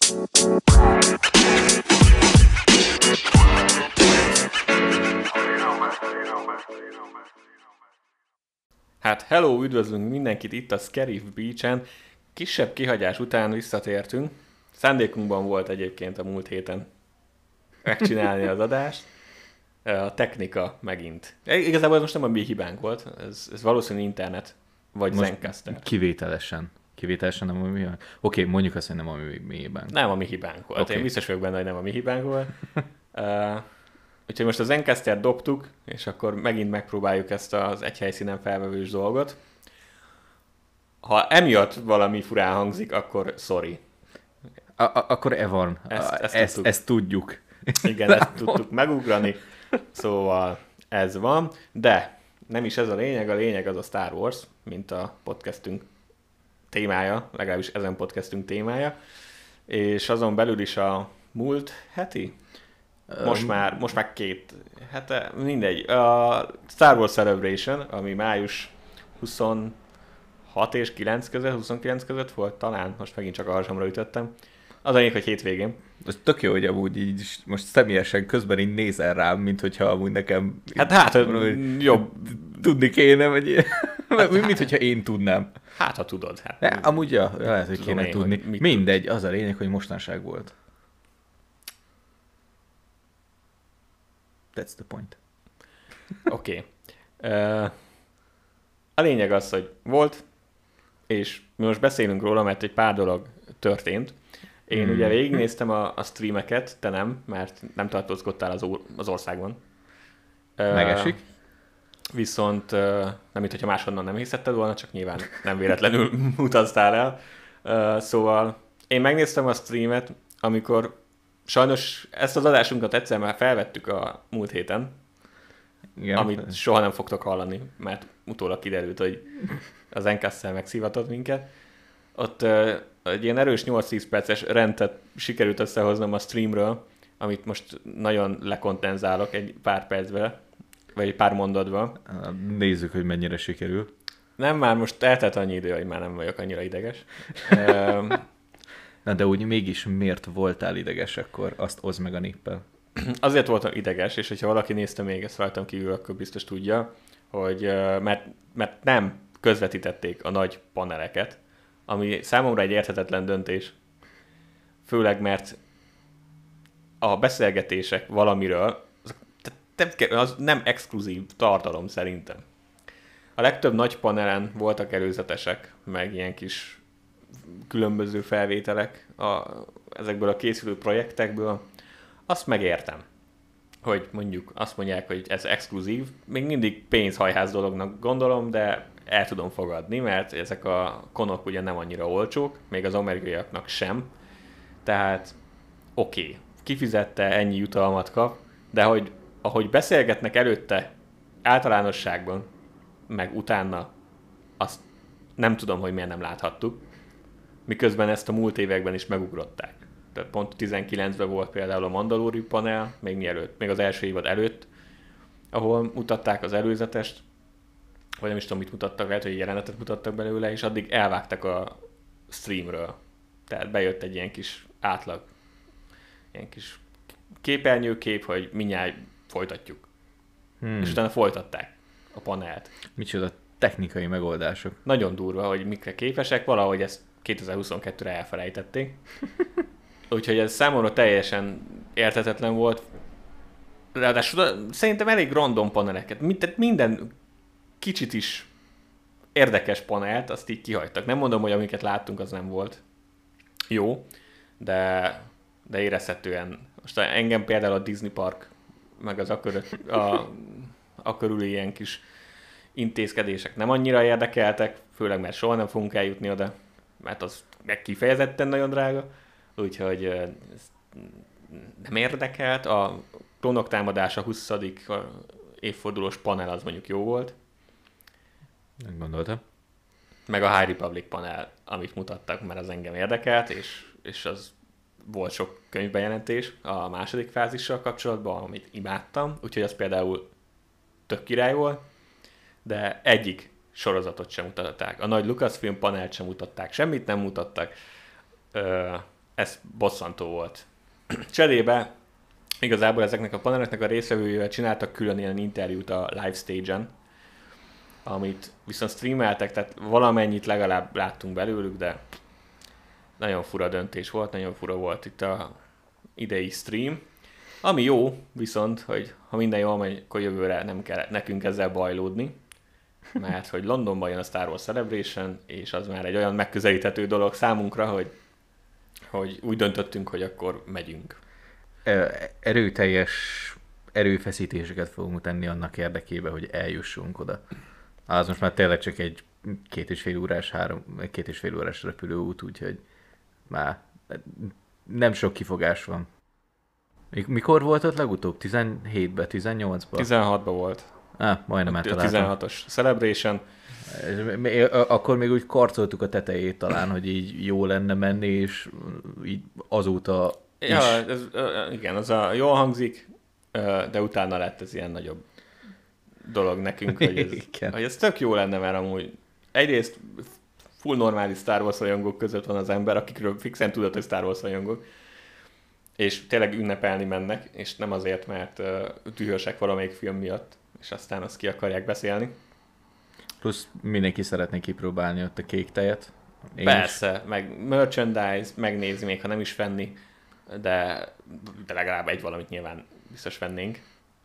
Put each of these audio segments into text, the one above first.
Hát hello, üdvözlünk mindenkit itt a Scarif Beach-en. Kisebb kihagyás után visszatértünk. Szándékunkban volt egyébként a múlt héten megcsinálni az adást. A technika megint. Igazából ez most nem a mi hibánk volt, ez valószínűleg internet, vagy Most Zencastr. Kivételesen nem a mi hibánk. Oké, mondjuk azt, hogy nem a mi hibánk. Nem a mi hibánk volt. Okay. Én biztos vagyok benne, hogy nem a mi hibánk volt. Úgyhogy most a Zencastr dobtuk, és akkor megint megpróbáljuk ezt az egy helyszínen felvevős dolgot. Ha emiatt valami furán hangzik, akkor sorry. Akkor Evan, ezt tudjuk. Igen, ezt tudtuk megugrani, szóval ez van, de nem is ez a lényeg az a Star Wars, mint a podcastünk témája, legalábbis ezen podcastünk témája, és azon belül is a múlt heti? Most már 2 hete, mindegy. A Star Wars Celebration, ami május 26 és 9 között, 29 között volt, talán, most megint csak a harsamra ütöttem. Az a lényeg, hogy hétvégén. Ez tök jó, hogy amúgy így most személyesen közben így nézel rám, mint hogyha amúgy nekem... Hát jobb. Tudni kéne, vagy mint hogyha én tudnám. Hát, ha tudod. Hát, ja, amúgy lehet, hogy kéne én, tudni. hogy Mindegy, az a lényeg, hogy mostanság volt. That's the point. Oké. A lényeg az, hogy volt, és mi most beszélünk róla, mert egy pár dolog történt. Én ugye végignéztem a streameket, te nem, mert nem tartózkodtál az országban. Megesik. Viszont nem itt, hogyha máshonnan nem hiszetted volna, csak nyilván nem véletlenül utaztál el. Szóval én megnéztem a streamet, amikor sajnos ezt az adásunkat egyszer már felvettük a múlt héten, igen, amit soha nem fogtok hallani, mert utólag kiderült, hogy az Zencastr megszívatott minket. Ott egy ilyen erős 8-10 perces rendet sikerült összehoznom a streamről, amit most nagyon lekontenzálok egy pár percben, vagy egy pár mondatban. Nézzük, hogy mennyire sikerül. Nem, már most eltelt annyi idő, hogy már nem vagyok annyira ideges. Na de úgy mégis miért voltál ideges, akkor azt oszd meg a néppel. Azért voltam ideges, és hogyha valaki nézte még ezt rajtam kívül, akkor biztos tudja, hogy mert nem közvetítették a nagy paneleket, ami számomra egy érthetetlen döntés. Főleg, mert a beszélgetések valamiről az nem exkluzív tartalom szerintem. A legtöbb nagy panelen voltak előzetesek, meg ilyen kis különböző felvételek ezekből a készülő projektekből. Azt megértem, hogy mondjuk azt mondják, hogy ez exkluzív. Még mindig pénzhajház dolognak gondolom, de el tudom fogadni, mert ezek a konok ugye nem annyira olcsók, még az amerikaiaknak sem. Tehát oké, kifizette, ennyi jutalmat kap, de ahogy beszélgetnek előtte általánosságban, meg utána, azt nem tudom, hogy miért nem láthattuk, miközben ezt a múlt években is megugrották. Tehát pont 19-ben volt például a Mandalorian panel, még az első évad előtt, ahol mutatták az előzetest, vagy nem is tudom, mit mutattak, lehet, hogy egy jelenetet mutattak belőle, és addig elvágtak a streamről. Tehát bejött egy ilyen kis átlag, ilyen kis képernyőkép, hogy mindjárt folytatjuk. És utána folytatták a panelt. Micsoda technikai megoldások. Nagyon durva, hogy mikre képesek, valahogy ezt 2022-re elfelejtették. Úgyhogy ez számomra teljesen érthetetlen volt. Ráadásul szerintem elég random paneleket. Minden kicsit is érdekes panelt, azt így kihagytak. Nem mondom, hogy amiket láttunk, az nem volt jó, de érezhetően. Most engem például a Disney Park, meg az a körüli ilyen kis intézkedések nem annyira érdekeltek, főleg mert soha nem fogunk eljutni oda, mert az meg kifejezetten nagyon drága, úgyhogy ez nem érdekelt. A Klónok támadása 20. évfordulós panel az mondjuk jó volt. Nem gondoltam. Meg a High Republic panel, amit mutattak, mert az engem érdekelt, és az volt sok könyvbejelentés a második fázissal kapcsolatban, amit imádtam, úgyhogy az például tök király volt, de egyik sorozatot sem mutatták. A nagy Lucasfilm panelt sem mutatták, semmit nem mutattak. ez bosszantó volt. Cserébe igazából ezeknek a paneleknek a részvevőjével csináltak külön ilyen interjút a live stage-en, amit viszont streameltek, tehát valamennyit legalább láttunk belőlük, de nagyon fura döntés volt, nagyon fura volt itt a idei stream. Ami jó, viszont, hogy ha minden jól megy, akkor jövőre nem kell nekünk ezzel bajlódni, mert hogy Londonban jön a Star Wars Celebration, és az már egy olyan megközelíthető dolog számunkra, hogy úgy döntöttünk, hogy akkor megyünk. Erőteljes erőfeszítéseket fogunk tenni annak érdekében, hogy eljussunk oda. Az most már tényleg csak egy 2,5 órás repülőút, úgyhogy már nem sok kifogás van. Mikor volt ott legutóbb? 17-ben, 18-ban? 16-ban volt. Majdnem eltaláltam. 16-os Celebration. Akkor még úgy karcoltuk a tetejét talán, hogy így jó lenne menni, és így azóta is. Ja, igen, az jól hangzik, de utána lett ez ilyen nagyobb dolog nekünk, hogy ez tök jó lenne, mert amúgy egyrészt full normális Star Wars rajongók között van az ember, akikről fixen tudod, hogy Star Wars rajongók, és tényleg ünnepelni mennek, és nem azért, mert dühösek valamelyik film miatt, és aztán azt ki akarják beszélni. Plusz mindenki szeretné kipróbálni ott a kék tejet. Persze, meg merchandise, megnézni, még ha nem is venni, de legalább egy valamit nyilván biztos vennénk.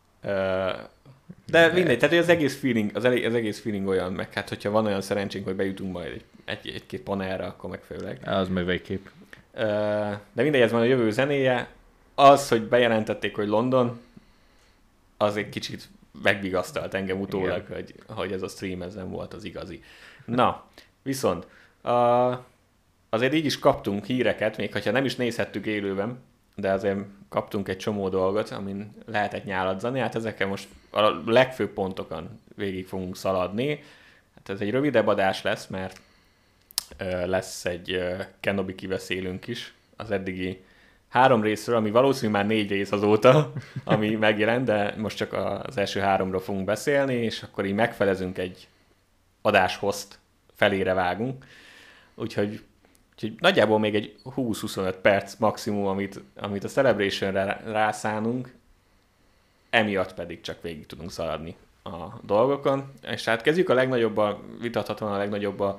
De mindegy, tehát az egész feeling, az egész feeling olyan, meg hát hogyha van olyan szerencsénk, hogy bejutunk majd egy-két panelre, akkor meg főleg. Az meg végképp. De mindegy, ez van a jövő zenéje. Az, hogy bejelentették, hogy London, az egy kicsit megvigasztalt engem utólag, hogy ez a stream ez nem volt az igazi. Na, viszont azért így is kaptunk híreket, még ha nem is nézhettük élőben, de azért kaptunk egy csomó dolgot, amin lehetett nyáladzani. Hát ezekkel most a legfőbb pontokon végig fogunk szaladni. Hát ez egy rövidebb adás lesz, mert lesz egy Kenobi kiveszélünk is az eddigi 3 részről, ami valószínűleg már 4 rész azóta, ami megjelent, de most csak az első 3-ról fogunk beszélni, és akkor így megfelezünk egy adáshozt, felére vágunk. Úgyhogy nagyjából még egy 20-25 perc maximum, amit a Celebration-re rászánunk, emiatt pedig csak végig tudunk szaladni a dolgokon. És hát kezdjük a legnagyobb, vitathatóan a legnagyobb,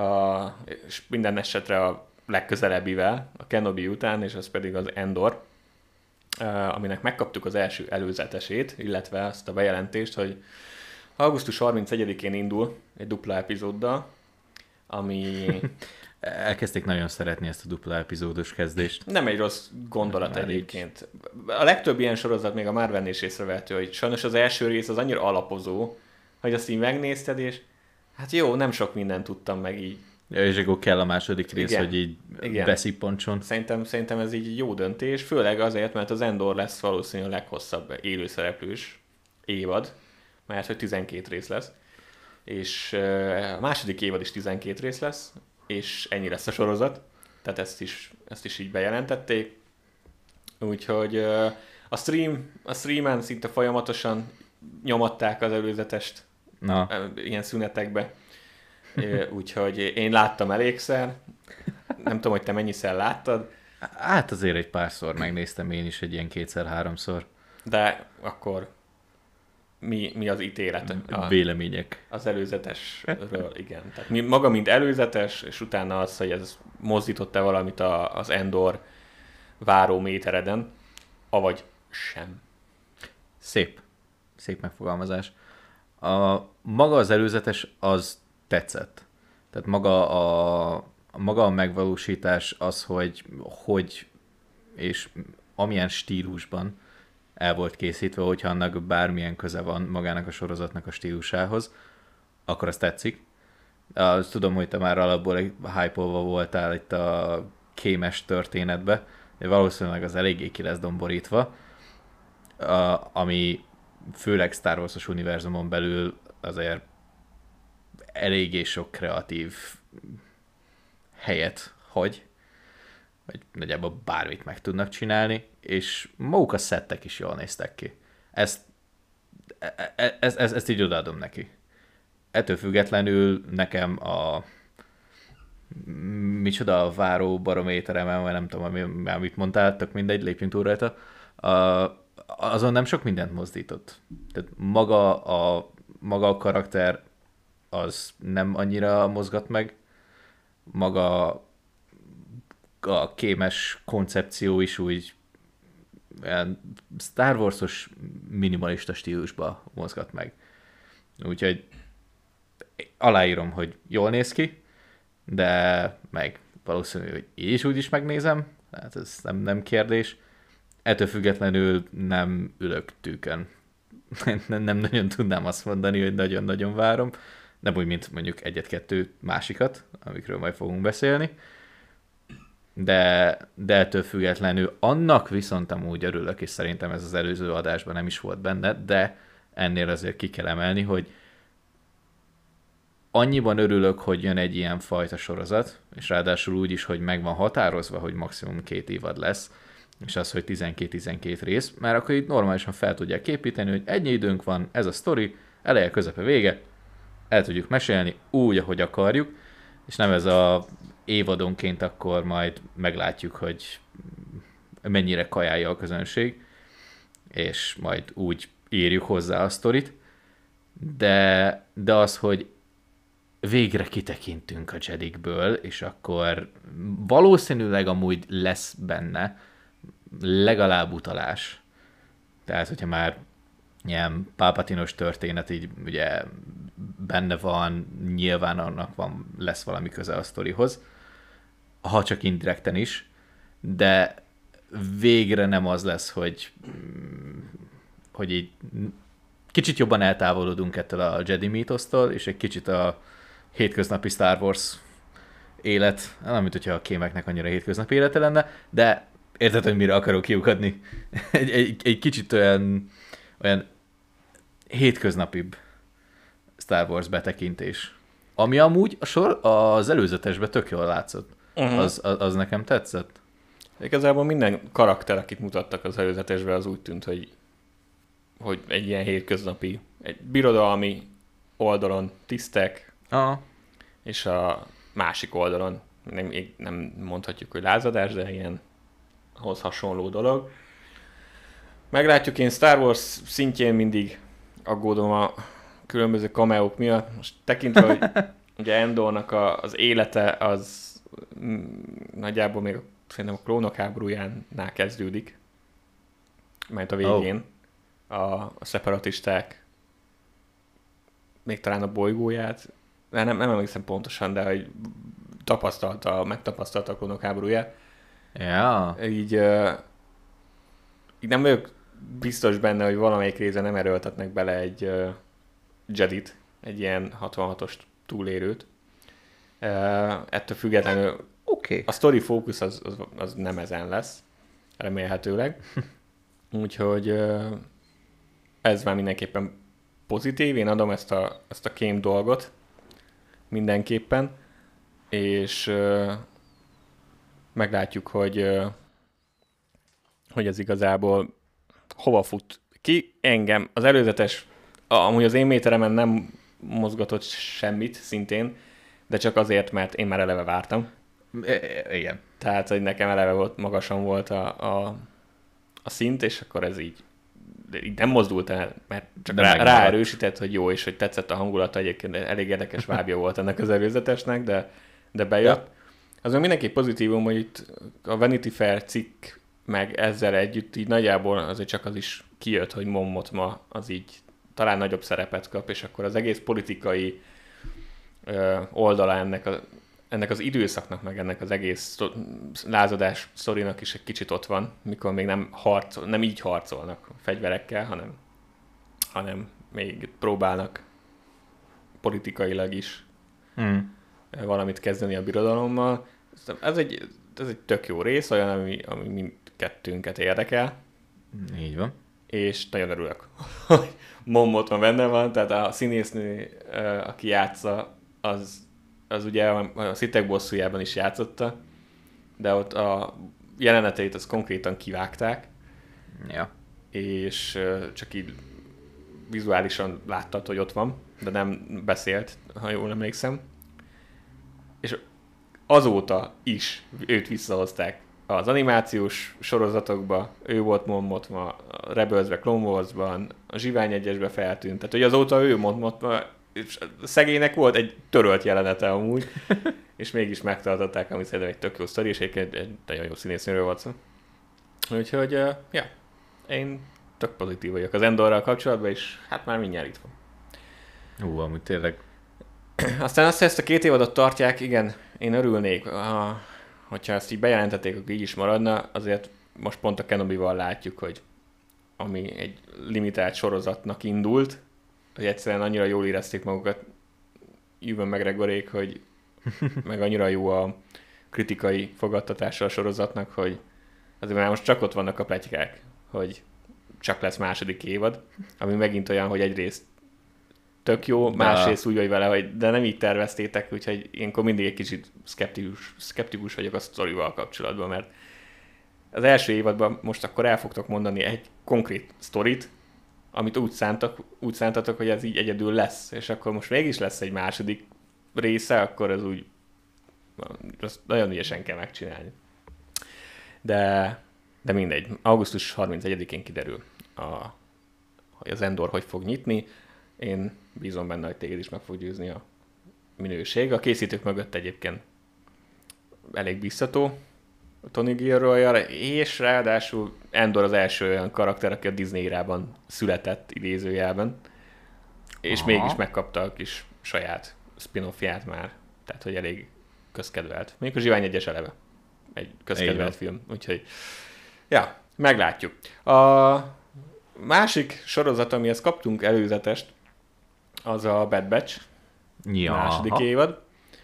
és minden esetre a legközelebbivel, a Kenobi után, és az pedig az Endor, aminek megkaptuk az első előzetesét, illetve azt a bejelentést, hogy augusztus 31-én indul egy dupla epizóddal, ami... Elkezdték nagyon szeretni ezt a dupla epizódos kezdést. Nem egy rossz gondolat egyébként. A legtöbb ilyen sorozat még a Marvel-nél is észrevehető, hogy sajnos az első rész az annyira alapozó, hogy azt így megnézted, és hát jó, nem sok mindent tudtam meg így. Ja, és akkor kell a második rész, igen, hogy így beszipponcson. Szerintem ez így jó döntés, főleg azért, mert az Endor lesz valószínűleg a leghosszabb élőszereplős évad, mert hogy 12 rész lesz, és a második évad is 12 rész lesz, és ennyi lesz a sorozat, tehát ezt is így bejelentették. Úgyhogy a streamen szinte folyamatosan nyomatták az előzetest ilyen szünetekbe. Úgyhogy én láttam elégszer. Nem tudom, hogy te mennyiszer láttad. Hát azért egy párszor megnéztem én is, egy ilyen 2-3-szor. De akkor mi az ítélet? Vélemények. Az előzetesről, igen. Tehát maga, mint előzetes, és utána az, hogy ez mozdított-e valamit az Endor váró métereden, avagy sem. Szép megfogalmazás. Maga az előzetes az tetszett. Tehát maga a megvalósítás az, hogy és amilyen stílusban el volt készítve, hogyha annak bármilyen köze van magának a sorozatnak a stílusához, akkor az tetszik. Azt tudom, hogy te már alapból hype-olva voltál itt a kémes történetbe, de valószínűleg az eléggé ki lesz domborítva, ami főleg Star Wars-os univerzumon belül azért eléggé sok kreatív helyet hagy, vagy nagyjából bármit meg tudnak csinálni, és maguk a szettek is jól néztek ki. Ezt így odaadom neki. Ettől függetlenül nekem Micsoda a váró barométerem, vagy nem tudom, amit mondtál, tök mindegy, lépjünk túl rajta. Azon nem sok mindent mozdított. Tehát maga a karakter az nem annyira mozgat meg, maga a kémes koncepció is úgy olyan Star Wars-os minimalista stílusba mozgat meg. Úgyhogy aláírom, hogy jól néz ki, de meg valószínű, hogy így is úgy is megnézem, hát ez nem kérdés. Ettől függetlenül nem ülök tűkön. Nem nagyon tudnám azt mondani, hogy nagyon-nagyon várom. Nem úgy, mint mondjuk egyet-kettő másikat, amikről majd fogunk beszélni. De ettől függetlenül annak viszont amúgy örülök, és szerintem ez az előző adásban nem is volt benne, de ennél azért ki kell emelni, hogy annyiban örülök, hogy jön egy ilyen fajta sorozat, és ráadásul úgy is, hogy meg van határozva, hogy maximum 2 évad lesz, és az, hogy 12-12 rész, mert akkor itt normálisan fel tudják építeni, hogy ennyi időnk van, ez a sztori, eleje, közepe, vége, el tudjuk mesélni úgy, ahogy akarjuk, és nem ez a évadonként akkor majd meglátjuk, hogy mennyire kajálja a közönség, és majd úgy írjuk hozzá a sztorit, de az, hogy végre kitekintünk a Jedikből, és akkor valószínűleg amúgy lesz benne legalább utalás. Tehát, hogyha már ilyen Palpatinos történet így ugye benne van, nyilván annak lesz valami köze a sztorihoz, ha csak indirekten is, de végre nem az lesz, hogy így kicsit jobban eltávolodunk ettől a Jedi mítosztól, és egy kicsit a hétköznapi Star Wars élet, nem mint hogyha a kémeknek annyira hétköznapi élete lenne, de érted, hogy mire akarok kiukadni? egy kicsit olyan hétköznapibb Star Wars betekintés. Ami amúgy az előzetesben tök jól látszott. Az nekem tetszett. Igazából minden karakter, akit mutattak az előzetesben, az úgy tűnt, hogy egy ilyen hétköznapi, egy birodalmi oldalon tisztek, és a másik oldalon nem mondhatjuk, hogy lázadás, de ilyen ahhoz hasonló dolog. Meglátjuk, én Star Wars szintjén mindig aggódom a különböző cameók miatt. Most tekintve, hogy ugye Endornak az élete az nagyjából még szerintem a klónok háborújánál kezdődik, mert a végén a szeparatisták még talán a bolygóját, nem emlékszem pontosan, de hogy megtapasztalta a klónok háborúját. Ja. Így nem vagyok biztos benne, hogy valamelyik része nem erőltetnek bele egy Jedit, egy ilyen 66-os túlérőt. Ettől függetlenül a story fókusz az nem ezen lesz, remélhetőleg. Úgyhogy ez már mindenképpen pozitív. Én adom ezt a kém dolgot mindenképpen, és meglátjuk, hogy ez igazából hova fut ki. Engem az előzetes, amúgy az én méteremen nem mozgatott semmit szintén, de csak azért, mert én már eleve vártam. Igen. Tehát, hogy nekem eleve magasan volt a szint, és akkor ez így nem mozdult el, mert csak ráerősített, hogy jó, és hogy tetszett a hangulata, egyébként elég érdekes vábja volt ennek az előzetesnek, de bejött. Ja. Azon mindenki pozitívum, hogy itt a Vanity Fair cikk meg ezzel együtt így nagyjából azért csak az is kijött, hogy Mon Mothma az így talán nagyobb szerepet kap, és akkor az egész politikai oldala ennek az időszaknak, meg ennek az egész lázadás sztorinak is egy kicsit ott van, mikor még nem így harcolnak fegyverekkel, hanem még próbálnak politikailag is valamit kezdeni a birodalommal. Ez egy tök jó rész, olyan, ami mindkettőnket érdekel. Így van. És nagyon örülök, hogy Mon Mothma benne van, tehát a színésznő, aki játsza, az ugye a Szitek bosszújában is játszotta, de ott a jeleneteit az konkrétan kivágták, ja. És csak így vizuálisan láttad, hogy ott van, de nem beszélt, ha jól emlékszem. És azóta is őt visszahozták az animációs sorozatokba, ő volt Mon Mothma, a Rebelsbe, Clone Warsban, a Zsivány 1-esbe feltűnt, tehát hogy azóta ő Mon Mothma, és a szegénynek volt egy törölt jelenete amúgy, és mégis megtartották, ami szerintem egy tök jó sztori, és egy nagyon jó színésznőről volt szó. Úgyhogy, ja, én tök pozitív vagyok az Endorral kapcsolatban, és hát már mindjárt itt van. Amúgy tényleg. Aztán azt, hogy ezt a 2 évadot tartják, igen, én örülnék, hogyha ezt így bejelentették, akkor így is maradna, azért most pont a Kenobi-val látjuk, hogy ami egy limitált sorozatnak indult, hogy egyszerűen annyira jól érezték magukat Ewan McGregorék, hogy meg annyira jó a kritikai fogadtatása a sorozatnak, hogy azért már most csak ott vannak a pletykák, hogy csak lesz második évad, ami megint olyan, hogy egyrészt tök jó, másrészt úgy vagy vele, hogy de nem így terveztétek, úgyhogy ilyenkor mindig egy kicsit szkeptikus vagyok a sztorival kapcsolatban, mert az első évadban most akkor el fogtok mondani egy konkrét sztorit, amit úgy szántatok, hogy ez így egyedül lesz, és akkor most mégis lesz egy második része, akkor az úgy azt nagyon ügyesen kell megcsinálni. De mindegy. Augusztus 31-én kiderül, hogy az Endor hogy fog nyitni. Én bízom benne, hogy téged is meg fog győzni a minőség. A készítők mögött egyébként elég biztató Tony Gilroy-jal, és ráadásul Endor az első olyan karakter, aki a Disney érában született idézőjelben, és mégis megkapta a kis saját spin-offját már. Tehát, hogy elég közkedvelt. Még a Zsivány 1-es eleve egy közkedvelt film. Úgyhogy, ja, meglátjuk. A másik sorozat, amihez kaptunk előzetest, az a Bad Batch. Második évad.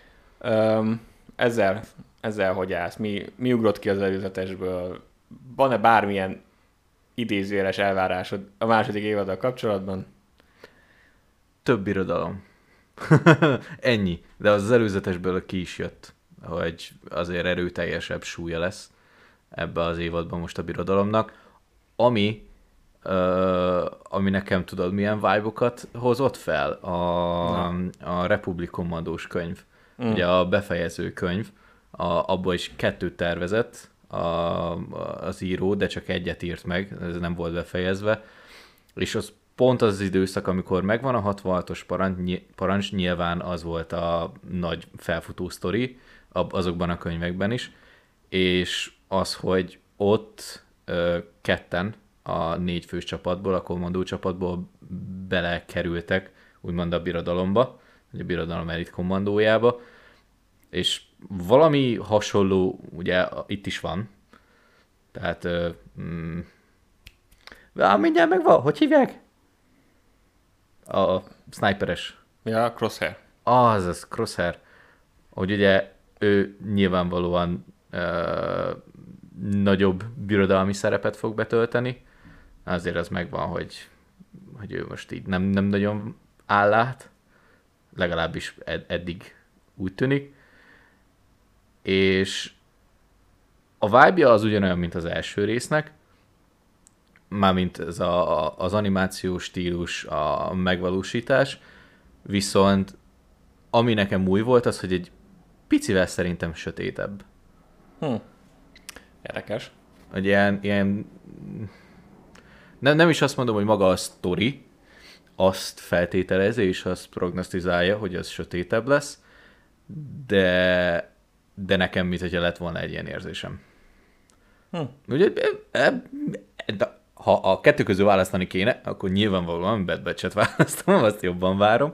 Ezzel hogy állsz? Mi ugrott ki az előzetesből? Van-e bármilyen idézőjeles elvárásod a második évaddal kapcsolatban? Több irodalom. Ennyi. De az előzetesből ki is jött, hogy azért erőteljesebb súlya lesz ebbe az évadban most a birodalomnak. Ami nekem tudod milyen vibe-okat hozott fel? A Republic Commandós könyv. Ugye a befejező könyv. Abból is 2 tervezett az író, de csak 1 írt meg, ez nem volt befejezve. És az pont az időszak, amikor megvan a 66-os parancs, nyilván az volt a nagy felfutó sztori azokban a könyvekben is, és az, hogy ott ketten a 4 fős csapatból, a kommandó csapatból belekerültek, úgymond a birodalomba, a birodalom elit kommandójába, és valami hasonló, ugye itt is van, tehát mindjárt megvan, hogy hívják? A sniperes. Ja, Crosshair. Az Crosshair. Hogy ugye ő nyilvánvalóan nagyobb birodalmi szerepet fog betölteni. Azért az megvan, hogy ő most így nem nagyon áll át. Legalábbis eddig úgy tűnik. És a vibe-ja az ugyanolyan, mint az első résznek. Mármint ez az animációs stílus, a megvalósítás. Viszont ami nekem új volt, az, hogy egy picivel szerintem sötétebb. Érdekes. Hogy ilyen nem is azt mondom, hogy maga a sztori azt feltételezi, és azt prognosztizálja, hogy az sötétebb lesz, de nekem mintha lett volna egy ilyen érzésem. Ugye, ha a 2 közül választani kéne, akkor nyilvánvalóan Bad Batch-et választom, azt jobban várom.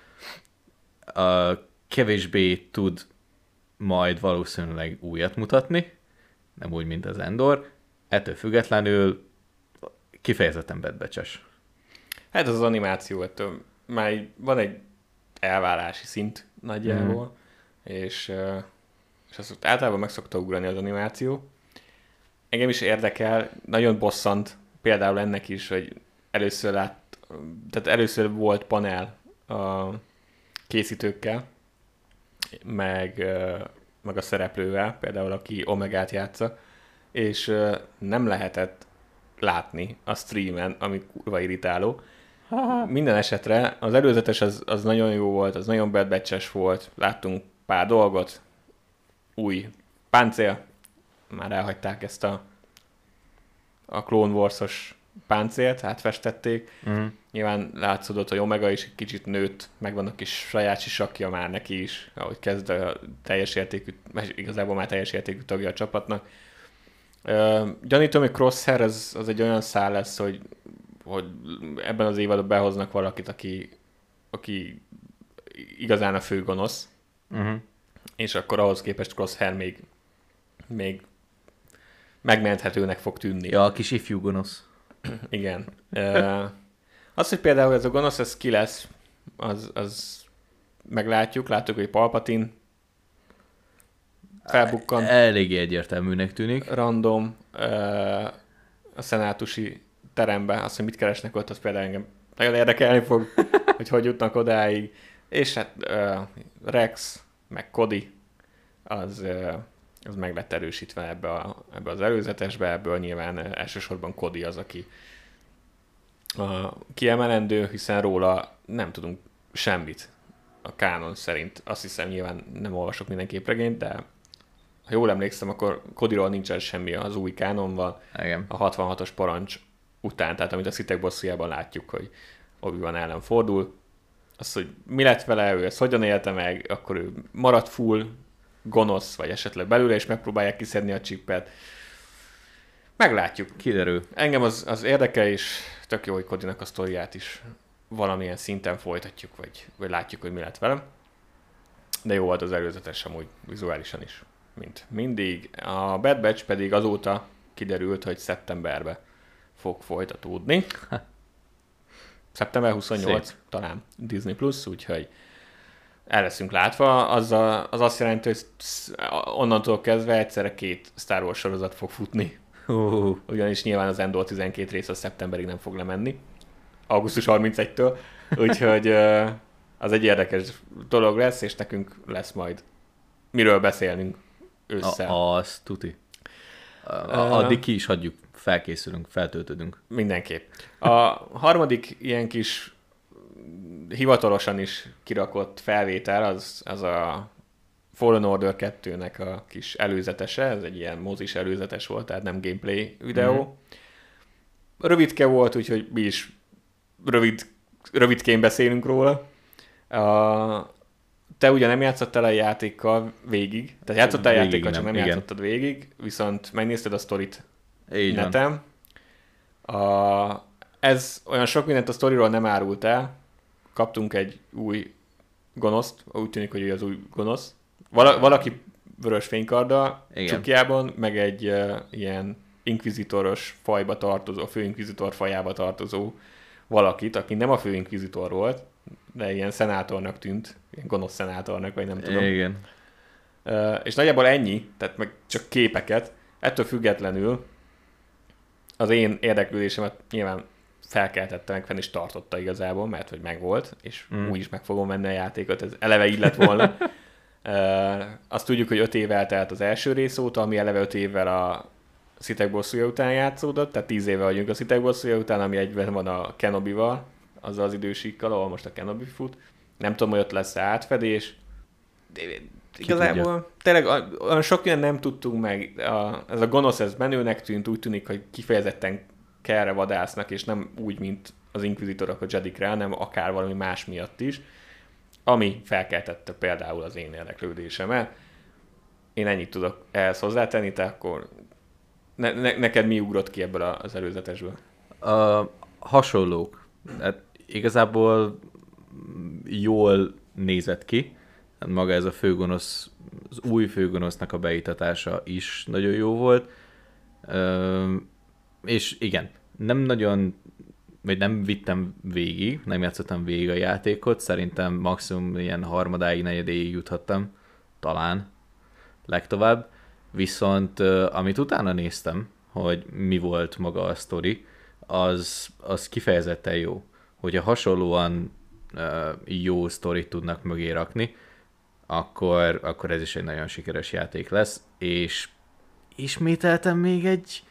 Kevésbé tud majd valószínűleg újat mutatni, nem úgy, mint az Endor. Ettől függetlenül kifejezetten Bad Batch-es. Hát az animáció, ettől már van egy elvárási szint nagyjából, és azt általában meg szokta ugrani az animáció. Engem is érdekel, nagyon bosszant, például ennek is, hogy először volt panel a készítőkkel, meg a szereplővel, például aki Omegát játsza, és nem lehetett látni a streamen, ami kurva irritáló. Minden esetre az előzetes az nagyon jó volt, az nagyon Bad Batch-es volt, láttunk pár dolgot, új páncél, már elhagyták ezt a Clone Wars-os páncélt, átfestették. Nyilván látszódott, hogy Omega is egy kicsit nőtt, megvan a kis saját sisakja már neki is, ahogy kezd a teljes értékű, igazából már teljes értékű tagja a csapatnak. Gyanítom, hogy Crosshair az egy olyan szál lesz, hogy ebben az évadban behoznak valakit, aki igazán a fő gonosz, és akkor ahhoz képest Crosshair még megmenthetőnek fog tűnni. Ja, a kis ifjú gonosz. Igen. Az, hogy például ez a gonosz, ez ki lesz, az meglátjuk. Látjuk, hogy Palpatine felbukkan. Eléggé egyértelműnek tűnik. Random a szenátusi terembe. Azt, hogy mit keresnek ott, az például engem nagyon érdekelni fog, hogy jutnak odáig. És hát Rex, meg Cody, az meg lett erősítve ebbe az előzetesbe, ebből nyilván elsősorban Cody az, aki kiemelendő, hiszen róla nem tudunk semmit a kánon szerint. Azt hiszem, nyilván nem olvasok minden képregényt, de ha jól emlékszem, akkor Codyról nincsen semmi az új kánonval. Igen. A 66-os parancs után, tehát amit a Sithek bosszújában látjuk, hogy Obi-Wan ellen fordul. Az, hogy mi lett vele, ő ezt hogyan élte meg, akkor ő maradt full gonosz, vagy esetleg belőle, és megpróbálják kiszedni a csippet. Meglátjuk. Kiderül. Engem az érdekel, és tök jó, hogy Codynak a sztoriát is valamilyen szinten folytatjuk, vagy látjuk, hogy mi lett velem. De jó volt az előzetes amúgy vizuálisan is, mint mindig. A Bad Batch pedig azóta kiderült, hogy szeptemberben fog folytatódni. Szeptember 28 Szép. talán Disney Plus, úgyhogy el leszünk látva. Az azt jelenti, hogy onnantól kezdve egyszerre 2 Star Wars sorozat fog futni. Ugyanis nyilván az Endor 12 rész a szeptemberig nem fog lemenni. Augusztus 31-től. Úgyhogy az egy érdekes dolog lesz, és nekünk lesz majd miről beszélnünk ősszel. Az tuti. Addig ki is hagyjuk, felkészülünk, feltöltődünk. Mindenképp. A harmadik ilyen kis hivatalosan is kirakott felvétel, az a Fallen Order 2-nek a kis előzetese, ez egy ilyen mozis előzetes volt, tehát nem gameplay videó. Rövidke volt, úgyhogy mi is rövidkén beszélünk róla. Te ugye nem játszottál a játékkal végig, tehát játszottál a játékkal, csak nem játszottad végig, viszont megnézted a sztorit neten. Ez olyan sok mindent a sztoriról nem árult el. Kaptunk egy új gonoszt, úgy tűnik, hogy ő az új gonosz. Valaki vörös fénykarddal, csukjában, meg egy ilyen inkvizitoros fajba tartozó, főinkvizitor fajába tartozó valakit, aki nem a főinkvizitor volt, de ilyen szenátornak tűnt, ilyen gonosz szenátornak, vagy nem tudom. Igen. És nagyjából ennyi, tehát meg csak képeket. Ettől függetlenül az én érdeklődésemet nyilván felkeltette, meg fenn is tartotta igazából, mert hogy megvolt, és úgy is meg fogom venni a játékot, ez eleve így lett volna. Azt tudjuk, hogy 5 év eltelt az első rész óta, ami eleve 5 évvel a Sithek bosszúja után játszódott, tehát 10 éve vagyunk a Sithek bosszúja után, ami egyben van a Kenobival, azzal az idősíkkal, ahol most a Kenobi fut. Nem tudom, hogy ott lesz átfedés. Igazából tényleg olyan sok ilyen nem tudtunk meg. Ez a gonosz, ez menőnek tűnt, úgy tűnik, hogy kifejezetten kellre vadásznak, és nem úgy, mint az inkvizitorok a Jedikre, hanem akár valami más miatt is, ami felkeltette például az én érdeklődésemet. Én ennyit tudok ehhez hozzátenni, te akkor neked mi ugrott ki ebből az előzetesből? Hasonlók. Hát igazából jól nézett ki. Hát maga ez a főgonosz, az új főgonosznak a beítatása is nagyon jó volt. És igen, nem nagyon, vagy nem vittem végig, nem játszottam végig a játékot, szerintem maximum ilyen harmadáig, negyedéig juthattam, talán legtovább. Viszont amit utána néztem, hogy mi volt maga a sztori, az kifejezetten jó. Hogyha hasonlóan jó sztorit tudnak mögé rakni, akkor ez is egy nagyon sikeres játék lesz, és ismételtem még egy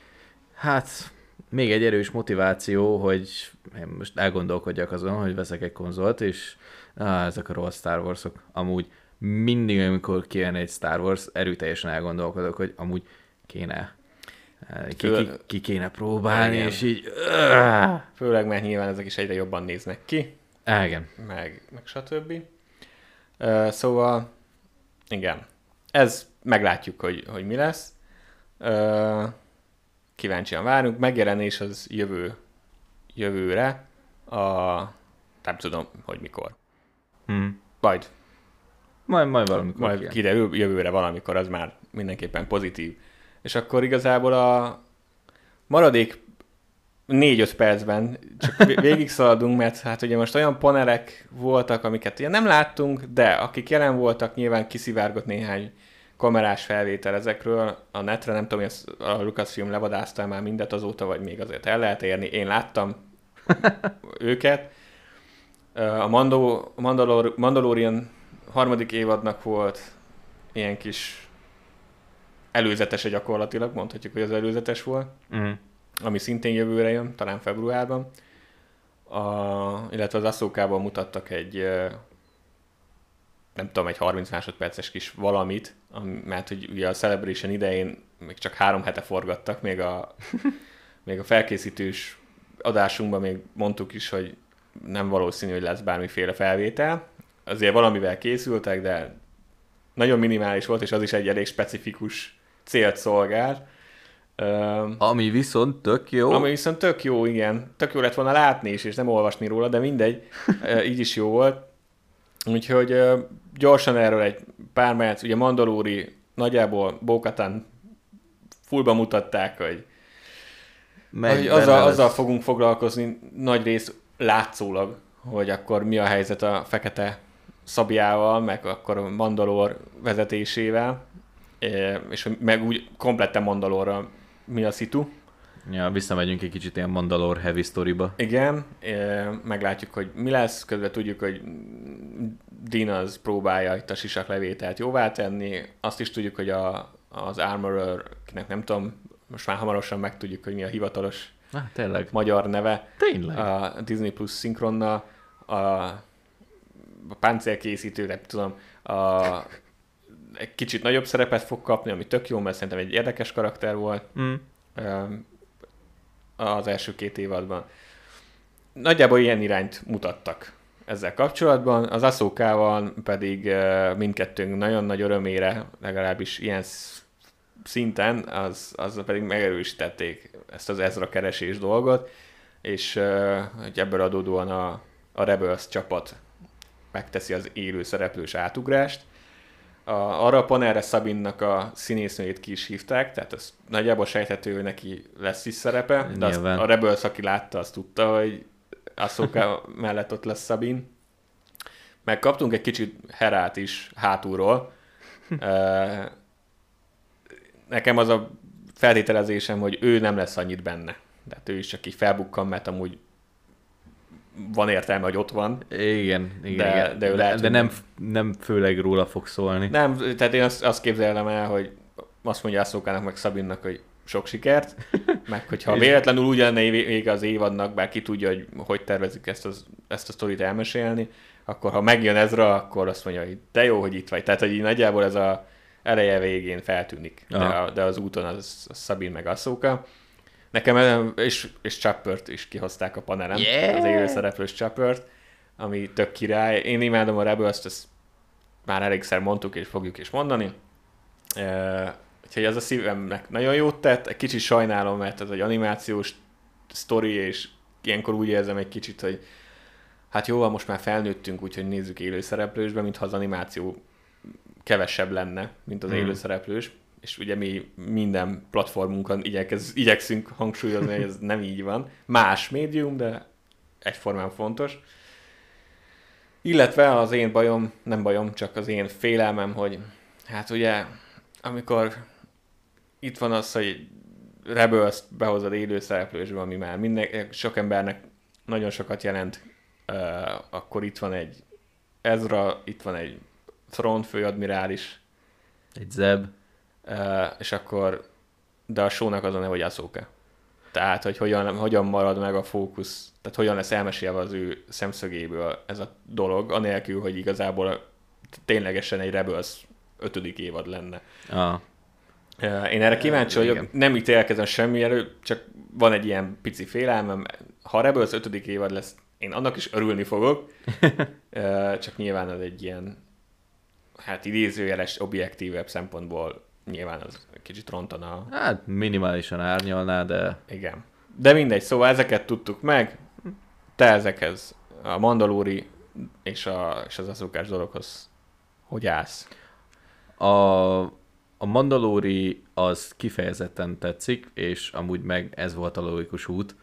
erős motiváció, hogy én most elgondolkodjak azon, hogy veszek egy konzolt, és ezek a rossz Star Wars-ok. Amúgy mindig, amikor kijön egy Star Wars, erőteljesen elgondolkodok, hogy amúgy kéne ki kéne próbálni, igen. és így... Főleg, mert nyilván ezek is egyre jobban néznek ki. Igen. Meg stb. Szóval, igen. Ez meglátjuk, hogy mi lesz. Kíváncsian várunk. Megjelenés az jövőre. Nem tudom, hogy mikor. Majd valamikor. Majd kiderül, jövőre valamikor, az már mindenképpen pozitív. És akkor igazából a maradék 4-5 percben csak végig szaladunk, mert hát ugye most olyan panelek voltak, amiket ugye nem láttunk, de akik jelen voltak, nyilván kiszivárgott néhány kamerás felvétel ezekről a netre, nem tudom, hogy a Lucasfilm levadászta már mindet azóta, vagy még azért el lehet érni. Én láttam őket. A Mandalorian harmadik évadnak volt ilyen kis előzetese gyakorlatilag, mondhatjuk, hogy az előzetes volt, ami szintén jövőre jön, talán februárban. Illetve az Ahsokában mutattak egy nem tudom, egy 30 másodperces kis valamit, mert hogy ugye a Celebration idején még csak 3 hete forgattak, még a felkészítős adásunkban még mondtuk is, hogy nem valószínű, hogy lesz bármiféle felvétel. Azért valamivel készültek, de nagyon minimális volt, és az is egy elég specifikus célt szolgál. Ami viszont tök jó. Ami viszont tök jó, igen. Tök jó lett volna látni is, és nem olvasni róla, de mindegy. Így is jó volt. Úgyhogy gyorsan erről egy pár perc, ugye Mandalori nagyjából Bo-Katan fullba mutatták, hogy azzal fogunk foglalkozni nagy rész látszólag, hogy akkor mi a helyzet a fekete szabjával, meg akkor a Mandalor vezetésével, és meg úgy kompletten Mandalorra mi a szitu. Ja, visszamegyünk egy kicsit ilyen Mandalore heavy storyba. Igen, meglátjuk, hogy mi lesz, közben tudjuk, hogy Din az próbálja itt a sisaklevételt jóvá tenni, azt is tudjuk, hogy az Armorer, kinek nem tudom, most már hamarosan megtudjuk, hogy mi a hivatalos tényleg. magyar neve. Tényleg. A Disney Plus szinkronnal, a páncélkészítő, nem tudom, egy kicsit nagyobb szerepet fog kapni, ami tök jó, mert szerintem egy érdekes karakter volt az első 2 évadban. Nagyjából ilyen irányt mutattak ezzel kapcsolatban. Az Ahsokával pedig mindkettőnk nagyon nagy örömére, legalábbis ilyen szinten, az pedig megerősítették ezt az Ezra keresés dolgot, és hogy ebből adódóan a Rebels csapat megteszi az élő szereplős átugrást. Arra a panelre Sabine-nak a színésznőjét ki is hívták, tehát az nagyjából sejthető, hogy neki lesz is szerepe, de azt a Rebels, aki látta, azt tudta, hogy Ahsoka mellett ott lesz Sabine. Megkaptunk egy kicsit Herát is hátulról. Nekem az a feltételezésem, hogy ő nem lesz annyit benne. Tehát ő is csak így felbukkan, mert amúgy van értelme, hogy ott van. Igen. De ő lehet, de nem főleg róla fog szólni. Nem, tehát én azt képzelem el, hogy azt mondja Ahsokának meg Sabine-nak, hogy sok sikert, meg hogyha véletlenül úgy lenne vége az évadnak, bár ki tudja, hogy tervezik ezt a sztorit elmesélni, akkor ha megjön Ezra, akkor azt mondja, hogy de jó, hogy itt vagy. Tehát, hogy így nagyjából ez a eleje végén feltűnik. De az úton az Sabine meg Ahsoka. Nekem és Chopper-t is kihozták a panelen, az élő szereplős Chopper-t, ami tök király. Én imádom a Rebels-t, ezt már elégszer mondtuk és fogjuk is mondani. Úgyhogy ez a szívemnek nagyon jót tett. Egy kicsit sajnálom, mert ez egy animációs sztori, és ilyenkor úgy érzem egy kicsit, hogy hát jó, most már felnőttünk, úgyhogy nézzük élőszereplősbe, mintha az animáció kevesebb lenne, mint az élőszereplős. És ugye mi minden platformunkon igyekszünk hangsúlyozni, hogy ez nem így van. Más médium, de egyformán fontos. Illetve az én bajom, nem bajom, csak az én félelmem, hogy hát ugye, amikor itt van az, hogy Rebels-t behozod élőszereplősbe, ami már sok embernek nagyon sokat jelent, akkor itt van egy Ezra, itt van egy Thrawn főadmirális, egy Zeb, és akkor, de a show-nak az a neve, hogy Ahsoka. Tehát, hogy hogyan marad meg a fókusz, tehát hogyan lesz elmesélve az ő szemszögéből ez a dolog, anélkül, hogy igazából ténylegesen egy Rebels 5. évad lenne. Ah. Én erre kíváncsi vagyok, Igen. nem ítélkezem semmi elő, csak van egy ilyen pici félelmem. Ha Rebels 5. évad lesz, én annak is örülni fogok, csak nyilván az egy ilyen, hát idézőjeles, objektívebb szempontból nyilván az kicsit rontana. Hát minimálisan árnyalná, de... Igen. De mindegy, szóval ezeket tudtuk meg, te ezekhez a Mandalori és az Ahsokás dologhoz hogy állsz? A Mandalori az kifejezetten tetszik, és amúgy meg ez volt a logikus út.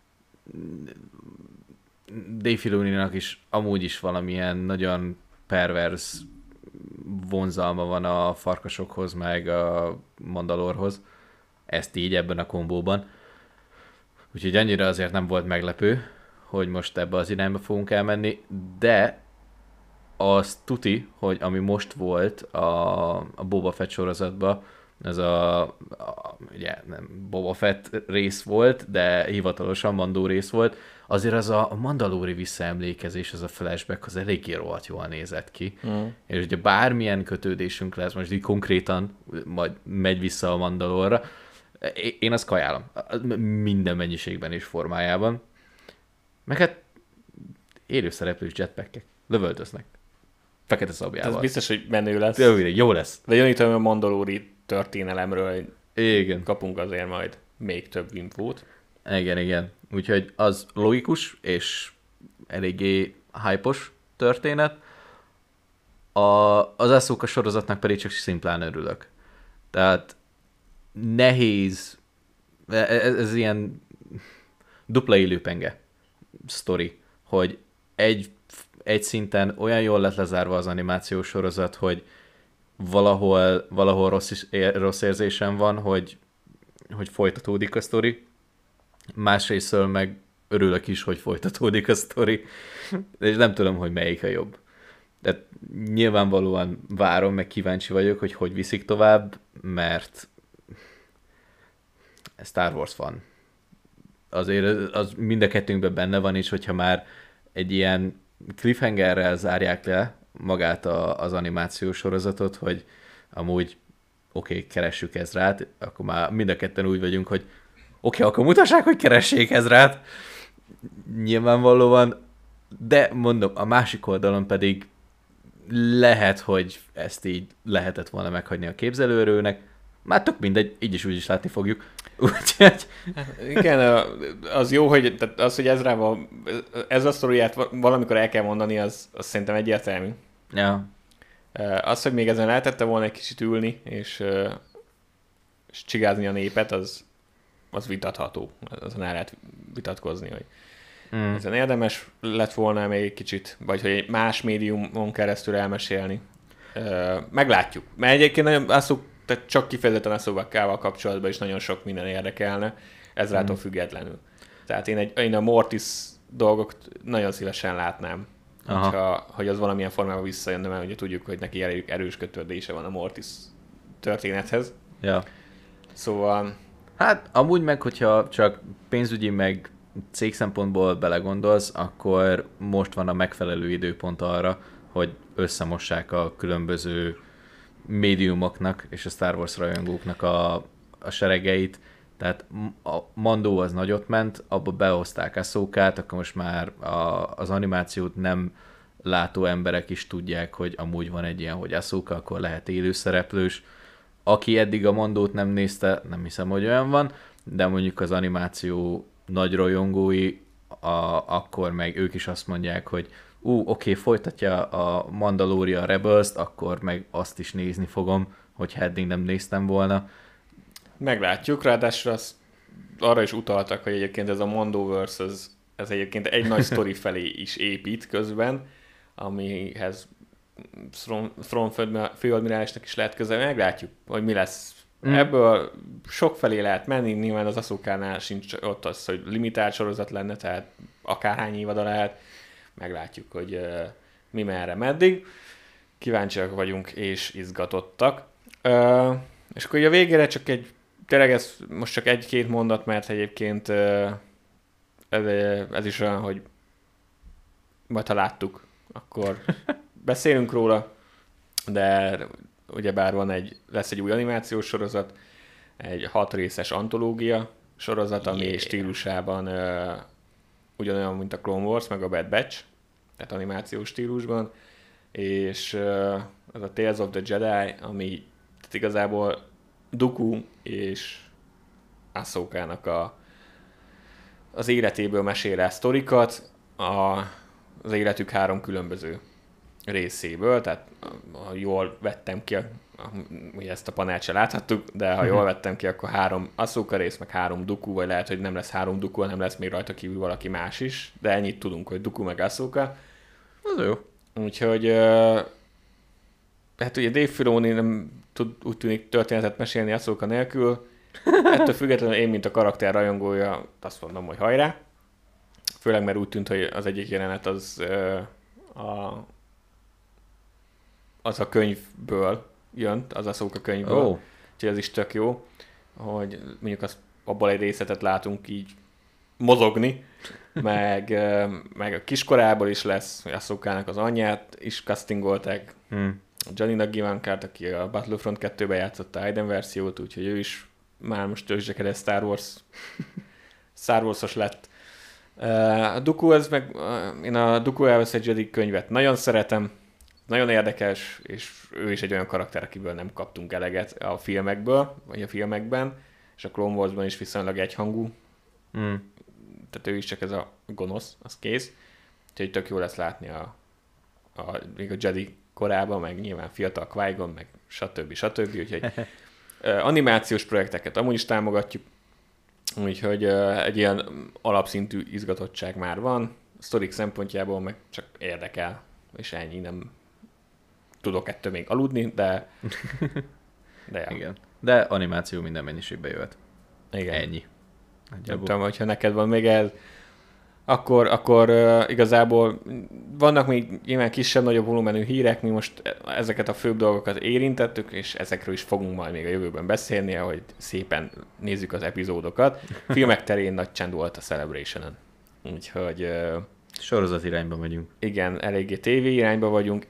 Dave Filoninak is amúgy is valamilyen nagyon pervers vonzalma van a farkasokhoz, meg a Mandalorhoz. Ezt így ebben a kombóban. Úgyhogy annyira azért nem volt meglepő, hogy most ebbe az irányba fogunk elmenni, de az tuti, hogy ami most volt a Boba Fett sorozatban, ez ugye nem Boba Fett rész volt, de hivatalosan Mandó rész volt, azért az a Mandalori visszaemlékezés, az a flashback, az eléggé rohadt jól nézett ki. És ugye bármilyen kötődésünk lesz, most így konkrétan majd megy vissza a Mandalorra, én azt kajálom. Minden mennyiségben és formájában. Meg hát élőszereplős jetpackek. Lövöldöznek. Fekete szabjával. Ez biztos, hogy menő lesz. Jó lesz. De gyanítom, a Mandalori történelemről Igen. kapunk azért majd még több infót. Igen. Úgyhogy az logikus és eléggé hype-os történet. Az Ahsoka sorozatnak pedig csak szimplán örülök. Tehát nehéz, ez ilyen dupla élőpenge sztori, hogy egy szinten olyan jól lett lezárva az animációs sorozat, hogy valahol rossz érzésem van, hogy folytatódik a sztori. Másrésztől meg örülök is, hogy folytatódik a sztori, és nem tudom, hogy melyik a jobb. De nyilvánvalóan várom, meg kíváncsi vagyok, hogy viszik tovább, mert Star Wars van. Azért az mind a kettőnkben benne van is, hogyha már egy ilyen cliffhangerrel zárják le magát az animációs sorozatot, hogy amúgy oké, keressük Ezrát, akkor már mind a ketten úgy vagyunk, hogy oké, akkor mutassák, hogy keressék Ezrát. Nyilvánvalóan, de mondom, a másik oldalon pedig lehet, hogy ezt így lehetett volna meghagyni a képzelőerőnek. Már tök mindegy, így is úgy is látni fogjuk. Úgyhogy... Igen, az jó, hogy Ezrával, ez a sztoriát valamikor el kell mondani, az szerintem egyértelmű. Ja. Az, hogy még ezen lehetette volna egy kicsit ülni, és csigázni a népet, az vitatható. Azon el lehet vitatkozni, hogy ezen érdemes lett volna még egy kicsit, vagy hogy egy más médiumon keresztül elmesélni. Meglátjuk. Mert egyébként nagyon tehát csak kifejezetten Ahsokával kapcsolatban is nagyon sok minden érdekelne, Ezrától függetlenül. Tehát én a Mortis dolgok nagyon szívesen látnám, hogy az valamilyen formában visszajönne, mert ugye tudjuk, hogy neki erős kötődése van a Mortis történethez. Ja. Szóval... Hát amúgy meg, hogyha csak pénzügyi meg cég szempontból belegondolsz, akkor most van a megfelelő időpont arra, hogy összemossák a különböző médiumoknak és a Star Wars rajongóknak a seregeit. Tehát a Mandó az nagyot ment, abba behozták Ahsokát, akkor most már az animációt nem látó emberek is tudják, hogy amúgy van egy ilyen, hogy Ahsoka, akkor lehet élőszereplős. Aki eddig a Mandót nem nézte, nem hiszem, hogy olyan van, de mondjuk az animáció nagy rajongói, akkor meg ők is azt mondják, hogy oké, folytatja a Mandalorian Rebels-t, akkor meg azt is nézni fogom, hogy eddig nem néztem volna. Meglátjuk, ráadásul arra is utaltak, hogy egyébként ez a Mandoverse, ez egyébként egy nagy sztori felé is épít közben, amihez Thrawn főadmirálisnak is lehet közel. Meglátjuk, hogy mi lesz. Ebből sok felé lehet menni, nyilván az Ahsokánál sincs ott az, hogy limitált sorozat lenne, tehát akárhány évada lehet. Meglátjuk, hogy mi merre meddig. Kíváncsiak vagyunk és izgatottak. És akkor a végére csak tényleg ez most csak egy-két mondat, mert egyébként ez is olyan, hogy majd ha láttuk, akkor beszélünk róla. de ugyebár lesz egy új animációs sorozat, egy 6 részes antológia sorozat, ami stílusában ugyanolyan, mint a Clone Wars, meg a Bad Batch, tehát animációs stílusban, és az a Tales of the Jedi, ami tehát igazából Dooku és Ahsokának az életéből mesél el sztorikat az életük 3 különböző részéből, tehát ha jól vettem ki, ugye ezt a panelt se láthattuk, de ha jól vettem ki, akkor 3 Ahsoka rész, meg 3 Dooku, vagy lehet, hogy nem lesz 3 Dooku, hanem lesz még rajta kívül valaki más is, de ennyit tudunk, hogy Dooku meg Ahsoka. Az jó. Úgyhogy hát ugye Dave Filoni nem tud úgy tűnik történetet mesélni Ahsoka nélkül. Ettől függetlenül én, mint a karakter rajongója, azt mondom, hogy hajrá. Főleg, mert úgy tűnt, hogy az egyik jelenet az a könyvből jön, az Ahsoka könyvből. Oh. Úgyhogy ez is tök jó, hogy mondjuk abból egy részletet látunk így mozogni, meg a kiskorából is lesz, hogy Ahsokának az anyját is castingolták. Janina Gavankart, aki a Battlefront 2-ben játszotta Aiden verziót, úgyhogy ő is már most tőzsdekedett Star Wars-os lett. A Dooku, én a Dooku elveszett Jedi könyvet nagyon szeretem, nagyon érdekes, és ő is egy olyan karakter, akiből nem kaptunk eleget a filmekből, vagy a filmekben, és a Clone Wars-ban is viszonylag egyhangú. Tehát ő is csak ez a gonosz, az kész. Úgyhogy tök jó lesz látni még a Jedi korában, meg nyilván fiatal Qui-Gon, meg stb. Úgyhogy animációs projekteket amúgy is támogatjuk, úgyhogy egy ilyen alapszintű izgatottság már van. A sztorik szempontjából meg csak érdekel, és ennyi, nem tudok ettől még aludni, de ja. Igen. De animáció minden mennyiségben jöhet. Igen. Ennyi. Nem tudom, hogyha neked van még ez, akkor igazából vannak még nyilván kisebb-nagyobb volumenű hírek, mi most ezeket a főbb dolgokat érintettük, és ezekről is fogunk majd még a jövőben beszélni, ahogy szépen nézzük az epizódokat. Filmek terén nagy csend volt a Celebration-en. Úgyhogy... sorozat irányba vagyunk. Igen, eléggé TV irányba vagyunk.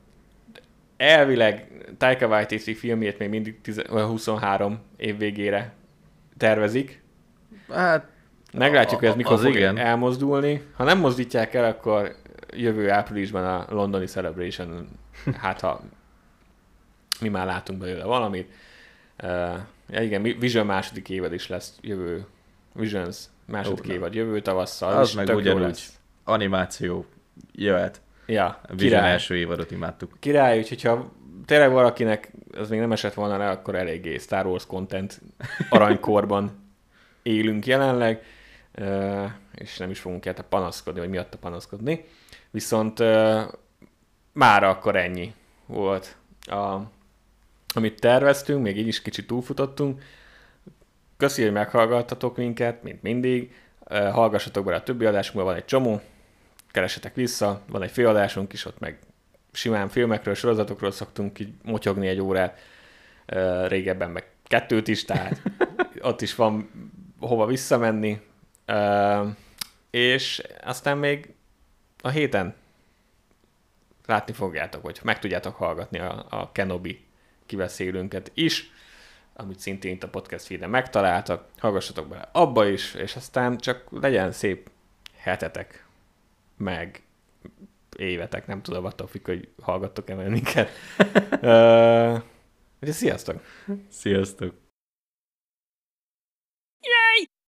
Elvileg Taika Waititi filmjét még mindig 23 év végére tervezik. Hát meglátjuk, hogy ez mikor fog igen. elmozdulni. Ha nem mozdítják el, akkor jövő áprilisban a londoni Celebration, hát ha mi már látunk belőle valamit. Ja igen, Vision második évad is lesz jövő. Visions második évad jövő tavasszal. Az meg ugyanúgy animáció jöhet. Ja, Vision első évadot imádtuk. Király, úgyhogy ha tényleg valakinek az még nem esett volna le, akkor eléggé Star Wars content aranykorban élünk jelenleg, és nem is fogunk érte panaszkodni, vagy miatta panaszkodni. Viszont mára akkor ennyi volt, amit terveztünk, még így is kicsit túlfutottunk. Köszi, hogy meghallgattatok minket, mint mindig. Hallgassatok bele a többi adásunkban, van egy csomó, keressetek vissza, van egy főadásunk is, ott meg simán filmekről, sorozatokról szoktunk így motyogni egy órát, régebben meg 2 is, tehát ott is van hova visszamenni, és aztán még a héten látni fogjátok, hogy meg tudjátok hallgatni a Kenobi kibeszélőnket is, amit szintén itt a podcast feeden megtaláltak, hallgassatok bele abba is, és aztán csak legyen szép hetetek, meg évetek, nem tudom, attól függ, hogy hallgattok-e minket. Sziasztok! Sziasztok!